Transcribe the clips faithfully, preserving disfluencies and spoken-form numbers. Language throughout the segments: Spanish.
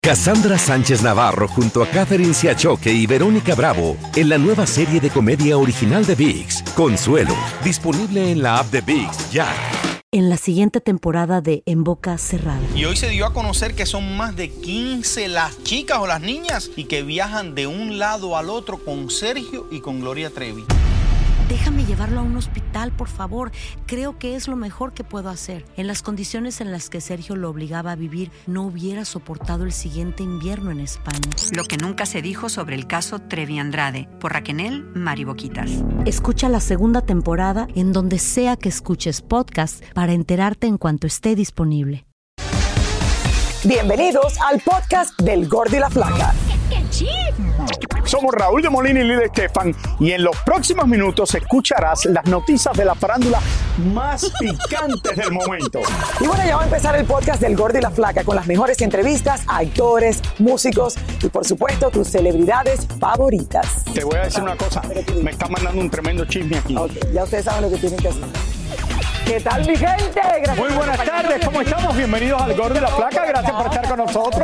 Cassandra Sánchez Navarro junto a Catherine Siachoque y Verónica Bravo en la nueva serie de comedia original de ViX, Consuelo, disponible en la app de ViX ya. En la siguiente temporada de En Boca Cerrada. Y hoy se dio a conocer que son más de quince las chicas o las niñas y que viajan de un lado al otro con Sergio y con Gloria Trevi. Déjame llevarlo a un hospital, por favor. Creo que es lo mejor que puedo hacer. En las condiciones en las que Sergio lo obligaba a vivir, no hubiera soportado el siguiente invierno en España. Lo que nunca se dijo sobre el caso Trevi Andrade, por Raquel Mariboquitas. Escucha la segunda temporada en donde sea que escuches podcast para enterarte en cuanto esté disponible. Bienvenidos al podcast del Gordo y la Flaca. Somos Raúl de Molina y Lidia Estefan y en los próximos minutos escucharás las noticias de la farándula más picantes del momento. Y bueno, ya va a empezar el podcast del Gordo y la Flaca con las mejores entrevistas a actores, músicos y por supuesto tus celebridades favoritas. Te voy a decir una cosa, me está mandando un tremendo chisme aquí. Okay, ya ustedes saben lo que tienen que hacer. ¿Qué tal, mi gente? Gracias. Muy buenas tardes, ¿cómo estamos? Bienvenidos al Gordo y la Flaca, gracias por estar con nosotros.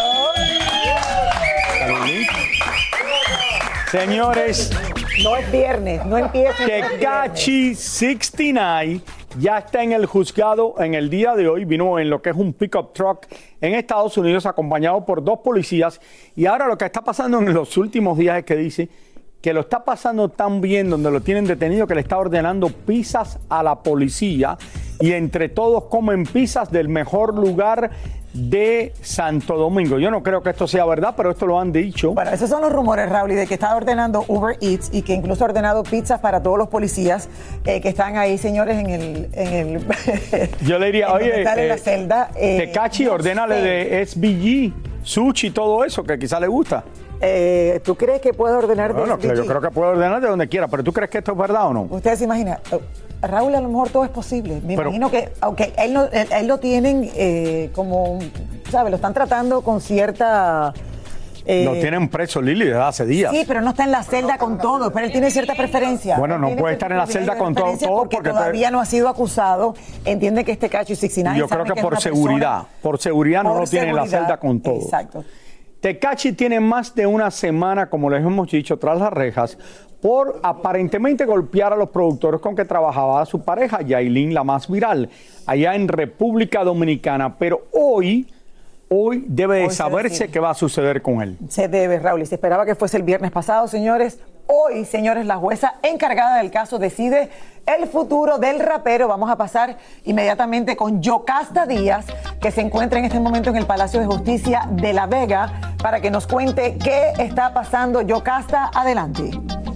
Señores, no es viernes, no empiecen. Tekashi sesenta y nueve ya está en el juzgado en el día de hoy. Vino en lo que es un pickup truck en Estados Unidos acompañado por dos policías. Y ahora lo que está pasando en los últimos días es que dice que lo está pasando tan bien donde lo tienen detenido que le está ordenando pizzas a la policía. Y entre todos comen pizzas del mejor lugar de Santo Domingo. Yo no creo que esto sea verdad, pero esto lo han dicho. Bueno, esos son los rumores, Raúl, de que está ordenando Uber Eats y que incluso ha ordenado pizzas para todos los policías eh, que están ahí, señores, en el... En el Yo le diría, oye, están eh, en la celda. Eh, Tekashi, no ordénale sé. de S B G, sushi y todo eso, que quizá le gusta. Eh, ¿Tú crees que puede ordenar de Bueno, S B G? Yo creo que puede ordenar de donde quiera, pero ¿tú crees que esto es verdad o no? Ustedes se imaginan... Raúl, a lo mejor todo es posible. Me Pero, imagino que, aunque él, no, él, él lo tienen eh, como, ¿sabes? Lo están tratando con cierta... Eh, lo tienen preso, Lili, desde hace días. Sí, pero no está en la celda con todo, pero él tiene cierta preferencia. Bueno, no puede estar en la celda con todo, todo porque, porque todavía te... no ha sido acusado. Entiende que este Tekashi sesenta y nueve... Yo creo que, que por seguridad, persona, por seguridad no por lo tiene en la celda con todo. Exacto. Tekashi tiene más de una semana, como les hemos dicho, tras las rejas, por aparentemente golpear a los productores con que trabajaba su pareja, Yailin, la más viral, allá en República Dominicana. Pero hoy, hoy debe hoy de saberse qué va a suceder con él. Se debe, Raúl, y se esperaba que fuese el viernes pasado, señores. Hoy, señores, la jueza encargada del caso decide el futuro del rapero. Vamos a pasar inmediatamente con Yocasta Díaz, que se encuentra en este momento en el Palacio de Justicia de La Vega, para que nos cuente qué está pasando. Yocasta, adelante.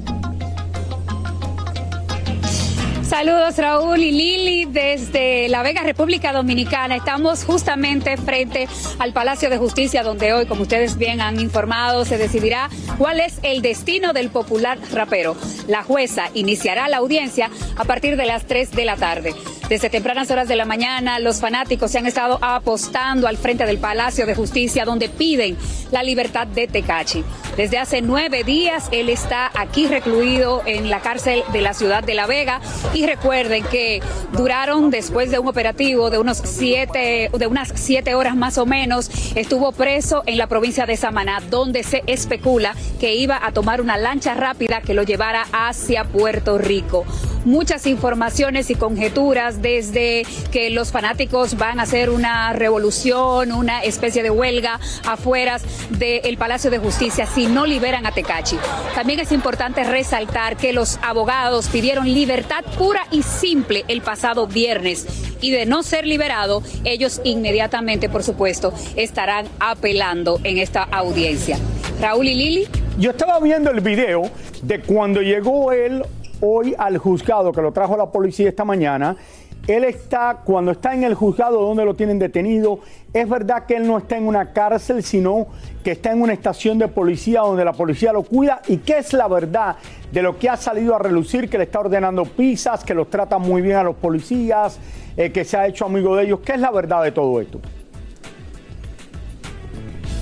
Saludos, Raúl y Lili, desde La Vega, República Dominicana. Estamos justamente frente al Palacio de Justicia, donde hoy, como ustedes bien han informado, se decidirá cuál es el destino del popular rapero. La jueza iniciará la audiencia a partir de las tres de la tarde. Desde tempranas horas de la mañana, los fanáticos se han estado apostando al frente del Palacio de Justicia, donde piden la libertad de Tekashi. Desde hace nueve días, él está aquí recluido en la cárcel de la ciudad de La Vega. Y recuerden que duraron, después de un operativo de unos siete, de unas siete horas más o menos, estuvo preso en la provincia de Samaná, donde se especula que iba a tomar una lancha rápida que lo llevara hacia Puerto Rico. Muchas informaciones y conjeturas, desde que los fanáticos van a hacer una revolución, una especie de huelga afuera del Palacio de Justicia si no liberan a Tekashi. También es importante resaltar que los abogados pidieron libertad pura y simple el pasado viernes, y de no ser liberado, ellos inmediatamente, por supuesto, estarán apelando en esta audiencia. Raúl y Lili. Yo estaba viendo el video de cuando llegó él hoy al juzgado, que lo trajo la policía esta mañana. Él está, cuando está en el juzgado donde lo tienen detenido, es verdad que él no está en una cárcel, sino que está en una estación de policía donde la policía lo cuida. ¿Y qué es la verdad de lo que ha salido a relucir? Que le está ordenando pizzas, que los trata muy bien a los policías, eh, que se ha hecho amigo de ellos. ¿Qué es la verdad de todo esto?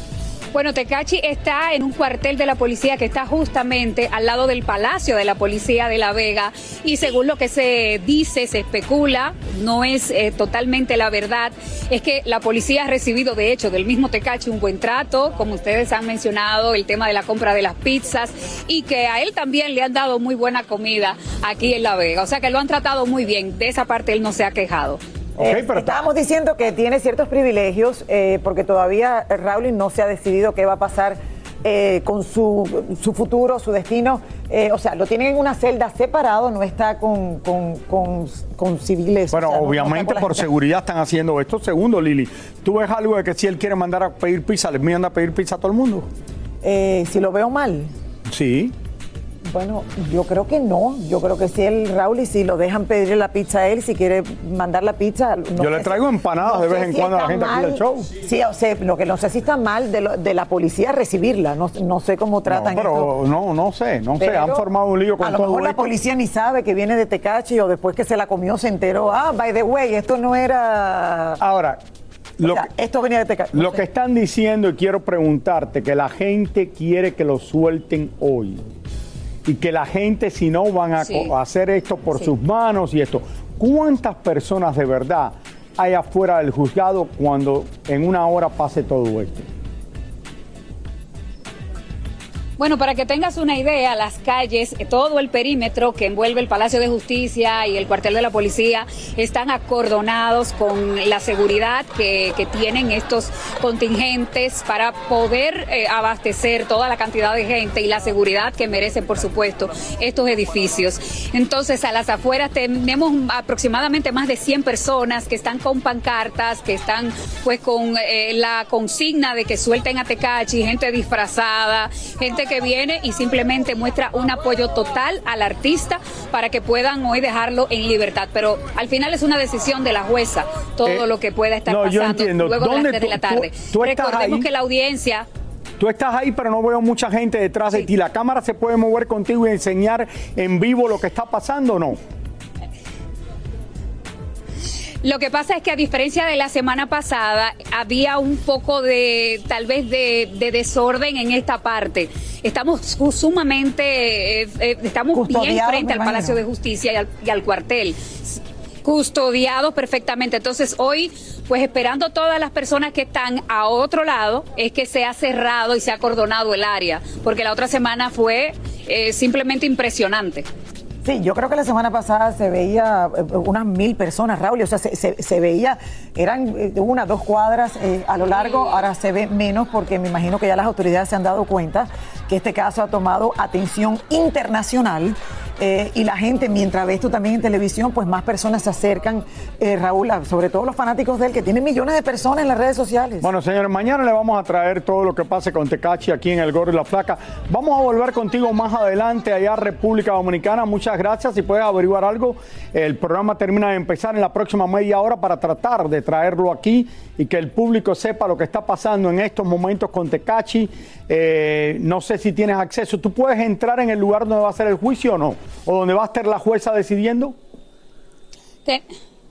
Bueno, Tekashi está en un cuartel de la policía que está justamente al lado del Palacio de la Policía de La Vega y según lo que se dice, se especula, no es eh, totalmente la verdad, es que la policía ha recibido de hecho del mismo Tekashi un buen trato, como ustedes han mencionado, el tema de la compra de las pizzas y que a él también le han dado muy buena comida aquí en La Vega, o sea que lo han tratado muy bien, de esa parte él no se ha quejado. Okay, pero estábamos diciendo que tiene ciertos privilegios eh, porque todavía Raúl no se ha decidido qué va a pasar eh, con su, su futuro, su destino. Eh, o sea, lo tienen en una celda separado, no está con, con, con, con civiles. Bueno, o sea, obviamente no, no por gente. seguridad están haciendo esto. Segundo, Lili, ¿tú ves algo de que si él quiere mandar a pedir pizza, les manda a pedir pizza a todo el mundo? Eh, si lo veo mal. Sí. Bueno, yo creo que no. Yo creo que si el Raúl y si lo dejan pedirle la pizza a él, si quiere mandar la pizza. No yo le traigo empanadas no de vez en si cuando a la gente mal, aquí del show. Sí, o sea, lo que no sé si está mal de, lo, de la policía recibirla. No, no sé cómo tratan no, pero esto. No, no sé, no pero sé. Han formado un lío con a lo todo mejor esto. La policía ni sabe que viene de Tekashi o después que se la comió se enteró. Ah, by the way, esto no era. Ahora. Lo, o sea, que, esto venía de Tekashi. No lo sé. que están diciendo, y quiero preguntarte, que la gente quiere que lo suelten hoy. Y que la gente, si no, van a, sí. a hacer esto por sí. sus manos y esto. ¿Cuántas personas de verdad hay afuera del juzgado cuando en una hora pase todo esto? Bueno, para que tengas una idea, las calles, todo el perímetro que envuelve el Palacio de Justicia y el cuartel de la policía están acordonados con la seguridad que, que tienen estos contingentes para poder eh, abastecer toda la cantidad de gente y la seguridad que merecen, por supuesto, estos edificios. Entonces, a las afueras tenemos aproximadamente más de cien personas que están con pancartas, que están pues con eh, la consigna de que suelten a Tekashi, gente disfrazada, gente que viene y simplemente muestra un apoyo total al artista para que puedan hoy dejarlo en libertad. Pero al final es una decisión de la jueza, todo eh, lo que pueda estar no, pasando luego de las tres de la tarde. Tú, tú Recordemos ahí? que la audiencia... Tú estás ahí, pero no veo mucha gente detrás sí. de ti. ¿La cámara se puede mover contigo y enseñar en vivo lo que está pasando o no? Lo que pasa es que a diferencia de la semana pasada, había un poco de, tal vez, de, de desorden en esta parte. Estamos sumamente, eh, eh, estamos bien frente al Palacio de Justicia y al, y al cuartel, custodiados perfectamente. Entonces hoy, pues esperando todas las personas que están a otro lado, es que se ha cerrado y se ha acordonado el área, porque la otra semana fue eh, simplemente impresionante. Sí, yo creo que la semana pasada se veía unas mil personas, Raúl, o sea, se, se, se veía, eran una, dos cuadras eh, a lo largo, ahora se ve menos porque me imagino que ya las autoridades se han dado cuenta que este caso ha tomado atención internacional eh, y la gente, mientras ve esto también en televisión, pues más personas se acercan, eh, Raúl, sobre todo los fanáticos de él, que tienen millones de personas en las redes sociales. Bueno, señores, mañana le vamos a traer todo lo que pase con Tekashi aquí en El Gordo y la Flaca. Vamos a volver contigo más adelante allá a República Dominicana. Muchas gracias. Si puedes averiguar algo, el programa termina de empezar en la próxima media hora para tratar de traerlo aquí y que el público sepa lo que está pasando en estos momentos con Tekashi. Eh, no sé si tienes acceso. ¿Tú puedes entrar en el lugar donde va a ser el juicio o no? ¿O donde va a estar la jueza decidiendo? Sí.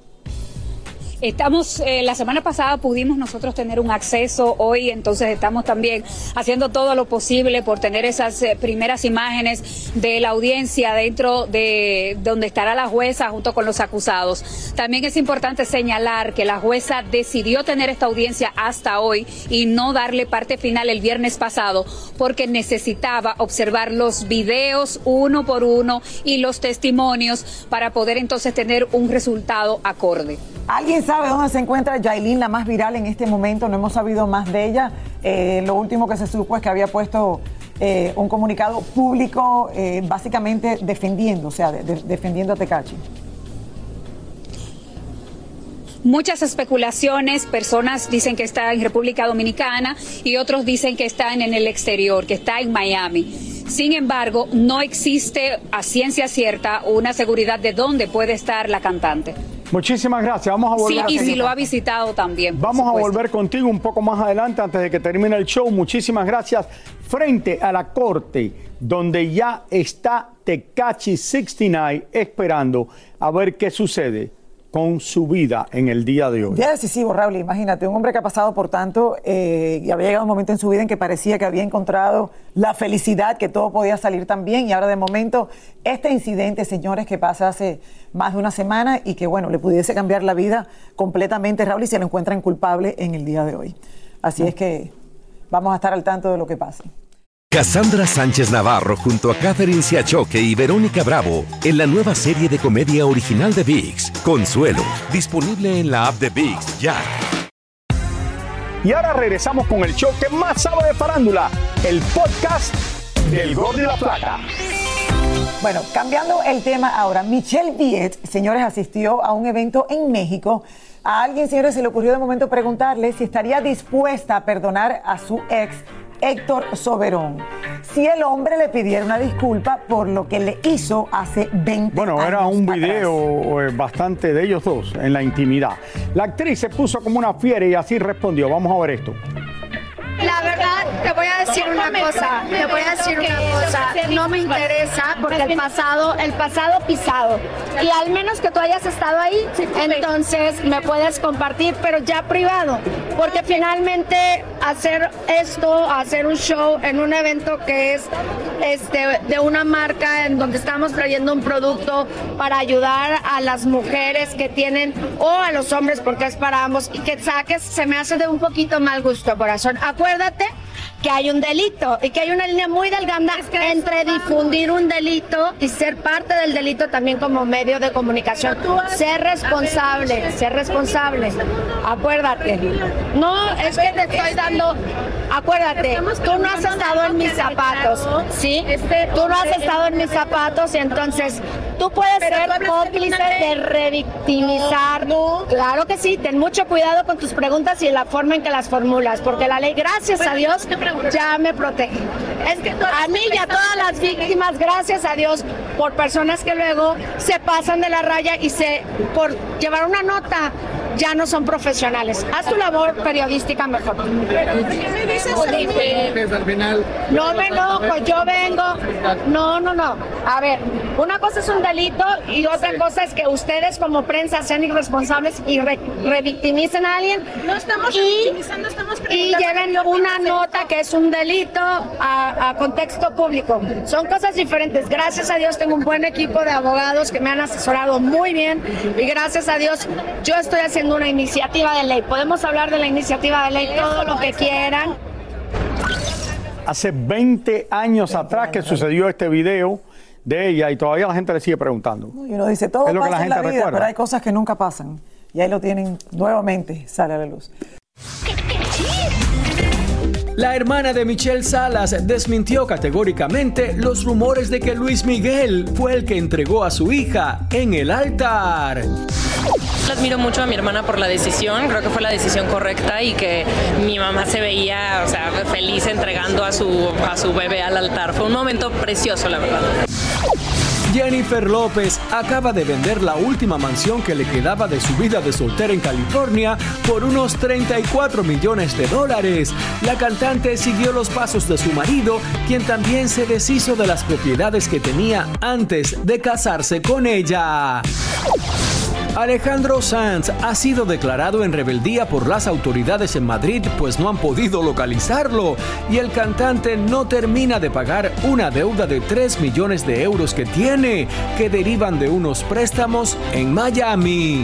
Estamos, eh, la semana pasada pudimos nosotros tener un acceso, hoy entonces estamos también haciendo todo lo posible por tener esas eh, primeras imágenes de la audiencia dentro de donde estará la jueza junto con los acusados. También es importante señalar que la jueza decidió tener esta audiencia hasta hoy y no darle parte final el viernes pasado porque necesitaba observar los videos uno por uno y los testimonios para poder entonces tener un resultado acorde. ¿Alguien sabe dónde se encuentra Yailin, la más viral en este momento? No hemos sabido más de ella. Eh, lo último que se supo es que había puesto eh, un comunicado público eh, básicamente defendiendo, o sea, de, de, defendiendo a Tekashi. Muchas especulaciones, personas dicen que está en República Dominicana y otros dicen que está en el exterior, que está en Miami. Sin embargo, no existe a ciencia cierta una seguridad de dónde puede estar la cantante. Muchísimas gracias. Vamos a volver. Sí, y si lo ha visitado también. Vamos a volver contigo un poco más adelante antes de que termine el show. Muchísimas gracias. Frente a la corte, donde ya está Tekashi sesenta y nueve esperando a ver qué sucede con su vida en el día de hoy. Día decisivo, Raúl. Imagínate, un hombre que ha pasado por tanto eh, y había llegado un momento en su vida en que parecía que había encontrado la felicidad, que todo podía salir tan bien, y ahora de momento este incidente, señores, que pasa hace más de una semana y que, bueno, le pudiese cambiar la vida completamente, Raúl, y se lo encuentran culpable en el día de hoy. Así es que vamos a estar al tanto de lo que pase. Cassandra Sánchez Navarro junto a Catherine Siachoque y Verónica Bravo en la nueva serie de comedia original de ViX, Consuelo, disponible en la app de ViX ya. Y ahora regresamos con el show que más sabe de farándula, el podcast del Gordo y la Flaca. Bueno, cambiando el tema ahora, Michelle Viet, señores, asistió a un evento en México. A alguien, señores, se le ocurrió de momento preguntarle si estaría dispuesta a perdonar a su ex, Héctor Soberón, si el hombre le pidiera una disculpa por lo que le hizo hace veinte bueno, años. Bueno, era un video eh, bastante de ellos dos en la intimidad. La actriz se puso como una fiera y así respondió. Vamos a ver esto. La verdad, te voy a decir una cosa, te voy a decir una cosa, no me interesa porque el pasado, el pasado pisado, y al menos que tú hayas estado ahí, entonces me puedes compartir, pero ya privado, porque finalmente hacer esto, hacer un show en un evento que es este de una marca en donde estamos trayendo un producto para ayudar a las mujeres que tienen, o a los hombres porque es para ambos, y que saques, se me hace de un poquito mal gusto, corazón. Acuérdate que hay un delito y que hay una línea muy delgada entre difundir un delito y ser parte del delito también como medio de comunicación. Ser responsable, ser responsable. Acuérdate. No, es que te estoy dando... Acuérdate, tú no has estado en mis zapatos, ¿sí? Tú no has estado en mis zapatos y entonces tú puedes ser cómplice de revictimizar. Claro que sí, ten mucho cuidado con tus preguntas y la forma en que las formulas, porque la ley, gracias a Dios, ya me protege. Es que a mí y a todas las víctimas, gracias a Dios, por personas que luego se pasan de la raya y se, por llevar una nota, ya no son profesionales. Haz tu labor periodística mejor. No me enojo, yo vengo. No, no, no. A ver, una cosa es un delito y otra cosa es que ustedes como prensa sean irresponsables y re revictimicen a alguien. No estamos revictimizando, estamos y lleven una nota que es un delito a, a contexto público. Son cosas diferentes. Gracias a Dios tengo un buen equipo de abogados que me han asesorado muy bien y gracias a Dios yo estoy haciendo una iniciativa de ley. Podemos hablar de la iniciativa de ley todo lo que quieran. Hace veinte años atrás que sucedió este video de ella y todavía la gente le sigue preguntando. Y uno dice, todo es lo pasa que la en la gente vida, recuerda. pero hay cosas que nunca pasan. Y ahí lo tienen nuevamente, sale a la luz. La hermana de Michelle Salas desmintió categóricamente los rumores de que Luis Miguel fue el que entregó a su hija en el altar. Admiro mucho a mi hermana por la decisión, creo que fue la decisión correcta y que mi mamá se veía, o sea, feliz entregando a su, a su bebé al altar. Fue un momento precioso, la verdad. Jennifer López acaba de vender la última mansión que le quedaba de su vida de soltera en California por unos treinta y cuatro millones de dólares. La cantante siguió los pasos de su marido, quien también se deshizo de las propiedades que tenía antes de casarse con ella. Alejandro Sanz ha sido declarado en rebeldía por las autoridades en Madrid, pues no han podido localizarlo, y el cantante no termina de pagar una deuda de tres millones de euros que tiene, que derivan de unos préstamos en Miami.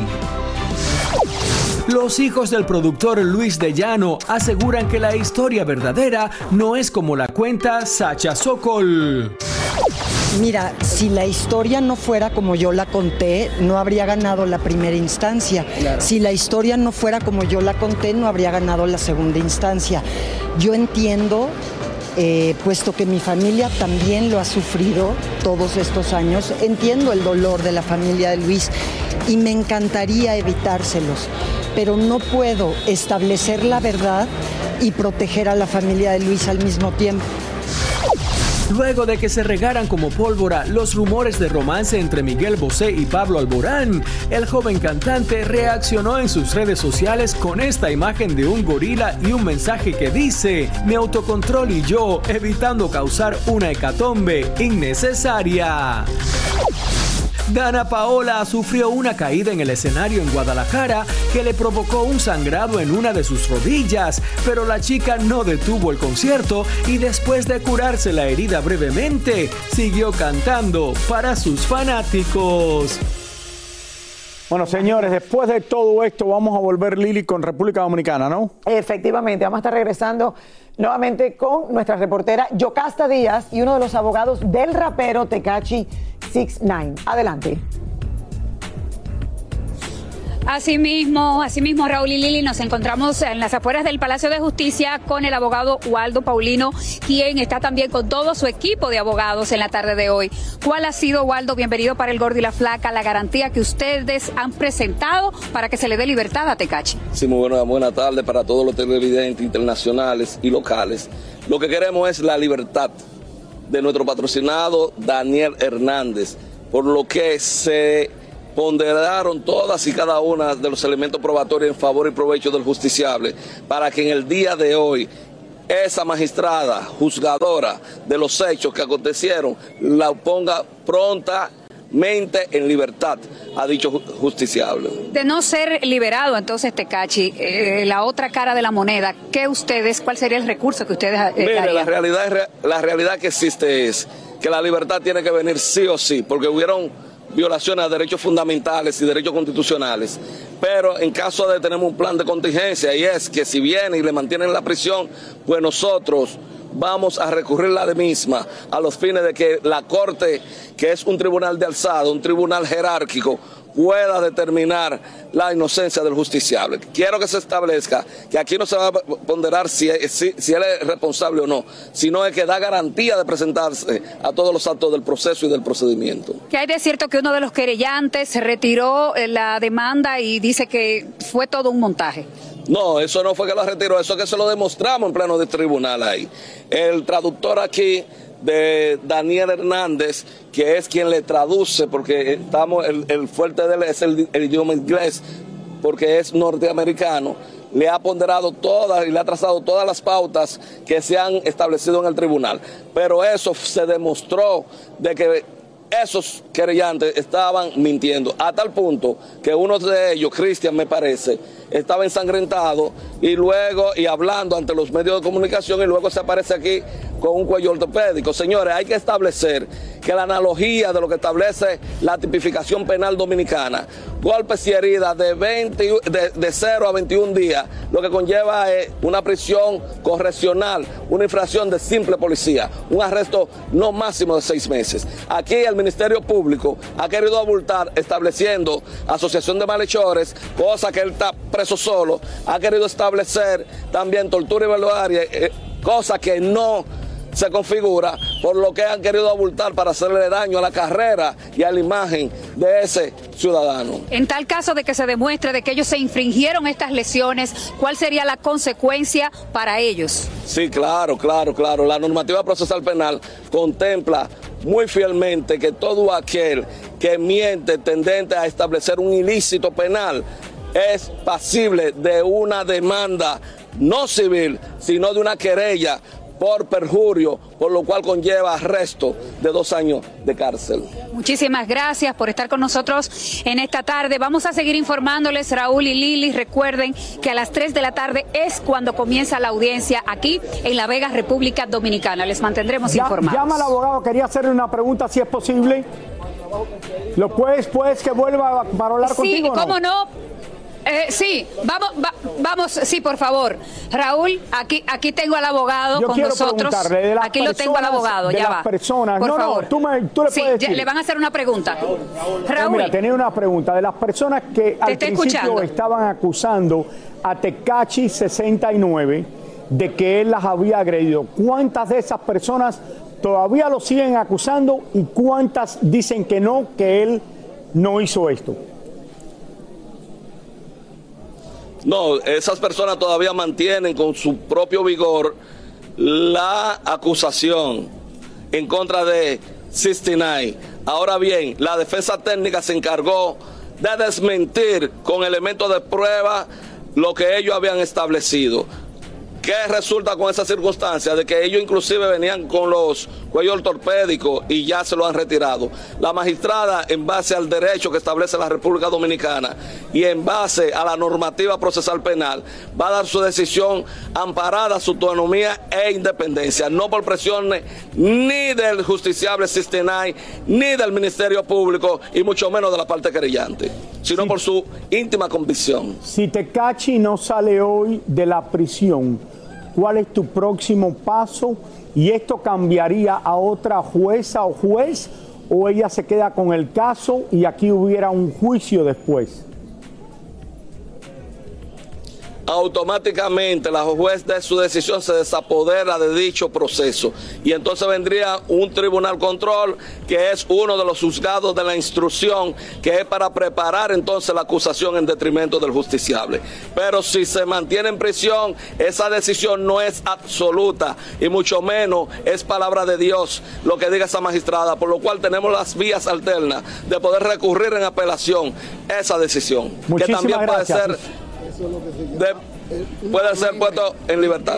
Los hijos del productor Luis de Llano aseguran que la historia verdadera no es como la cuenta Sacha Sokol. Mira, si la historia no fuera como yo la conté, no habría ganado la primera instancia. Claro. Si la historia no fuera como yo la conté, no habría ganado la segunda instancia. Yo entiendo, eh, puesto que mi familia también lo ha sufrido todos estos años, entiendo el dolor de la familia de Luis y me encantaría evitárselos, pero no puedo establecer la verdad y proteger a la familia de Luis al mismo tiempo. Luego de que se regaran como pólvora los rumores de romance entre Miguel Bosé y Pablo Alborán, el joven cantante reaccionó en sus redes sociales con esta imagen de un gorila y un mensaje que dice: "Mi autocontrol y yo, evitando causar una hecatombe innecesaria". Dana Paola sufrió una caída en el escenario en Guadalajara que le provocó un sangrado en una de sus rodillas, pero la chica no detuvo el concierto y después de curarse la herida brevemente, siguió cantando para sus fanáticos. Bueno, señores, después de todo esto vamos a volver, Lili, con República Dominicana, ¿no? Efectivamente, vamos a estar regresando nuevamente con nuestra reportera Yocasta Díaz y uno de los abogados del rapero Tekashi six nine. Adelante. Asimismo, asimismo, Raúl y Lili, nos encontramos en las afueras del Palacio de Justicia con el abogado Waldo Paulino, quien está también con todo su equipo de abogados en la tarde de hoy. ¿Cuál ha sido, Waldo, bienvenido para El Gordo y la Flaca, la garantía que ustedes han presentado para que se le dé libertad a Tekashi? Sí, muy buena, buena tarde para todos los televidentes internacionales y locales. Lo que queremos es la libertad de nuestro patrocinado Daniel Hernández, por lo que se ponderaron todas y cada una de los elementos probatorios en favor y provecho del justiciable, para que en el día de hoy esa magistrada juzgadora de los hechos que acontecieron la ponga prontamente en libertad a dicho justiciable. De no ser liberado entonces Tekashi, eh, la otra cara de la moneda, ¿qué ustedes, cuál sería el recurso que ustedes eh, Mire, harían? la realidad, es, la realidad que existe es que la libertad tiene que venir sí o sí, porque hubieron violaciones a derechos fundamentales y derechos constitucionales, pero en caso de tener un plan de contingencia, y es que si viene y le mantienen en la prisión, pues nosotros vamos a recurrir la de misma a los fines de que la Corte, que es un tribunal de alzada, un tribunal jerárquico, pueda determinar la inocencia del justiciable. Quiero que se establezca que aquí no se va a ponderar si, si, si él es responsable o no, sino es que da garantía de presentarse a todos los actos del proceso y del procedimiento. ¿Qué hay de cierto que uno de los querellantes se retiró la demanda y dice que fue todo un montaje? No, eso no fue que lo retiró, eso es que se lo demostramos en pleno de tribunal ahí. El traductor aquí de Daniel Hernández, que es quien le traduce, porque estamos el, el fuerte de él es el, el idioma inglés, porque es norteamericano, le ha ponderado todas y le ha trazado todas las pautas que se han establecido en el tribunal. Pero eso se demostró de que esos querellantes estaban mintiendo, a tal punto que uno de ellos, Cristian me parece, estaba ensangrentado y luego y hablando ante los medios de comunicación y luego se aparece aquí con un cuello ortopédico. Señores, hay que establecer que la analogía de lo que establece la tipificación penal dominicana, golpes y heridas de, veinte, de, de cero a veintiún días, lo que conlleva es una prisión correccional, una infracción de simple policía, un arresto no máximo de seis meses. Aquí el Ministerio Público ha querido abultar estableciendo asociación de malhechores, cosa que él está preso solo, ha querido establecer también tortura y barbarie, eh, cosa que no se configura, por lo que han querido abultar para hacerle daño a la carrera y a la imagen de ese ciudadano. En tal caso de que se demuestre de que ellos se infringieron estas lesiones, ¿cuál sería la consecuencia para ellos? Sí, claro, claro, claro. La normativa procesal penal contempla muy fielmente que todo aquel que miente tendente a establecer un ilícito penal es pasible de una demanda no civil, sino de una querella por perjurio, por lo cual conlleva arresto de dos años de cárcel. Muchísimas gracias por estar con nosotros en esta tarde. Vamos a seguir informándoles, Raúl y Lili. Recuerden que a las tres de la tarde es cuando comienza la audiencia aquí en La Vega, República Dominicana. Les mantendremos ya, informados. Llama al abogado, quería hacerle una pregunta si es posible. ¿Lo puedes, puedes que vuelva para hablar sí, contigo? Sí, ¿cómo no? Eh, sí, vamos, va, vamos, sí, por favor. Raúl, aquí, aquí tengo al abogado Yo con nosotros. De las aquí lo tengo al abogado, de ya las va. Personas. Por no, favor. no, tú, me, tú le sí, puedes decir. Le van a hacer una pregunta. Raúl. Mira, tenía una pregunta. De las personas que al principio escuchando. estaban acusando a Tekashi sesenta y nueve de que él las había agredido, ¿cuántas de esas personas todavía lo siguen acusando y cuántas dicen que no, que él no hizo esto? No, esas personas todavía mantienen con su propio vigor la acusación en contra de sesenta y nueve. Ahora bien, la defensa técnica se encargó de desmentir con elementos de prueba lo que ellos habían establecido. ¿Qué resulta con esa circunstancia? De que ellos inclusive venían con los cuellos ortopédicos y ya se lo han retirado. La magistrada, en base al derecho que establece la República Dominicana y en base a la normativa procesal penal, va a dar su decisión amparada su autonomía e independencia, no por presiones ni del justiciable sesenta y nueve, ni del Ministerio Público y mucho menos de la parte querellante, sino sí, por su íntima convicción. Si Tekashi no sale hoy de la prisión, ¿cuál es tu próximo paso? ¿Y esto cambiaría a otra jueza o juez? ¿O ella se queda con el caso y aquí hubiera un juicio después? Automáticamente la juez de su decisión se desapodera de dicho proceso y entonces vendría un tribunal control, que es uno de los juzgados de la instrucción, que es para preparar entonces la acusación en detrimento del justiciable. Pero si se mantiene en prisión, esa decisión no es absoluta y mucho menos es palabra de Dios lo que diga esa magistrada, por lo cual tenemos las vías alternas de poder recurrir en apelación esa decisión. Muchísimas que también puede gracias. ser De, puede ser puesto en libertad.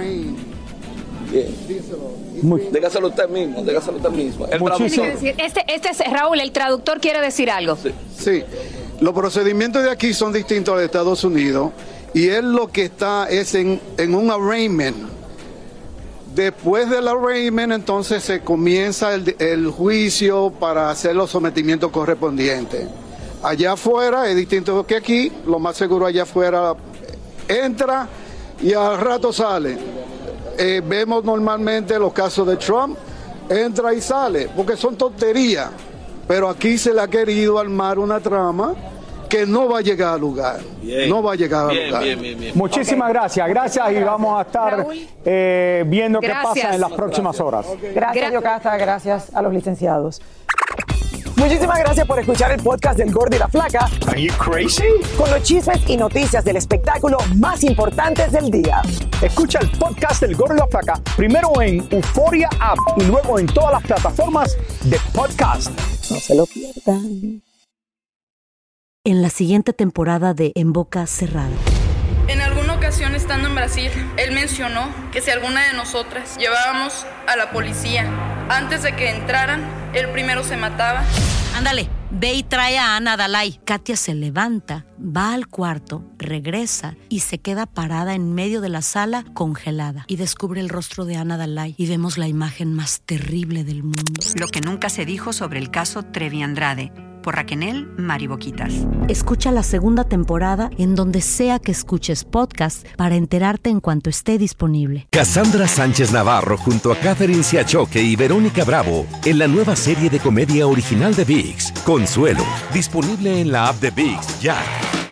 Dígaselo usted mismo, dígaselo usted mismo. El este, este es Raúl, el traductor quiere decir algo. Sí. sí, los procedimientos de aquí son distintos a los de Estados Unidos y él lo que está es en, en un arraignment. Después del arraignment, entonces se comienza el, el juicio para hacer los sometimientos correspondientes. Allá afuera es distinto que aquí, lo más seguro allá afuera entra y al rato sale. Eh, vemos normalmente los casos de Trump, entra y sale, porque son tonterías, pero aquí se le ha querido armar una trama que no va a llegar al lugar, bien, no va a llegar al lugar. Bien, bien, bien. Muchísimas okay. gracias, gracias y vamos a estar eh, viendo gracias. qué pasa en las próximas gracias. horas. Okay. Gracias, Yocasta, gracias a los licenciados. Muchísimas gracias por escuchar el podcast del Gordo y la Flaca. Are you crazy? Con los chismes y noticias del espectáculo más importantes del día. Escucha el podcast del Gordo y la Flaca primero en Euphoria App y luego en todas las plataformas de podcast. No se lo pierdan. En la siguiente temporada de En Boca Cerrada. En alguna ocasión estando en Brasil, él mencionó que si alguna de nosotras llevábamos a la policía antes de que entraran, él primero se mataba. Ándale, ve y trae a Ana Dalai. Katia se levanta, va al cuarto, regresa y se queda parada en medio de la sala congelada. Y descubre el rostro de Ana Dalai y vemos la imagen más terrible del mundo. Lo que nunca se dijo sobre el caso Trevi Andrade, por Raquel Mariboquitas. Escucha la segunda temporada en donde sea que escuches podcast para enterarte en cuanto esté disponible. Cassandra Sánchez Navarro junto a Catherine Siachoque y Verónica Bravo en la nueva serie de comedia original de ViX, Consuelo, disponible en la app de ViX ya.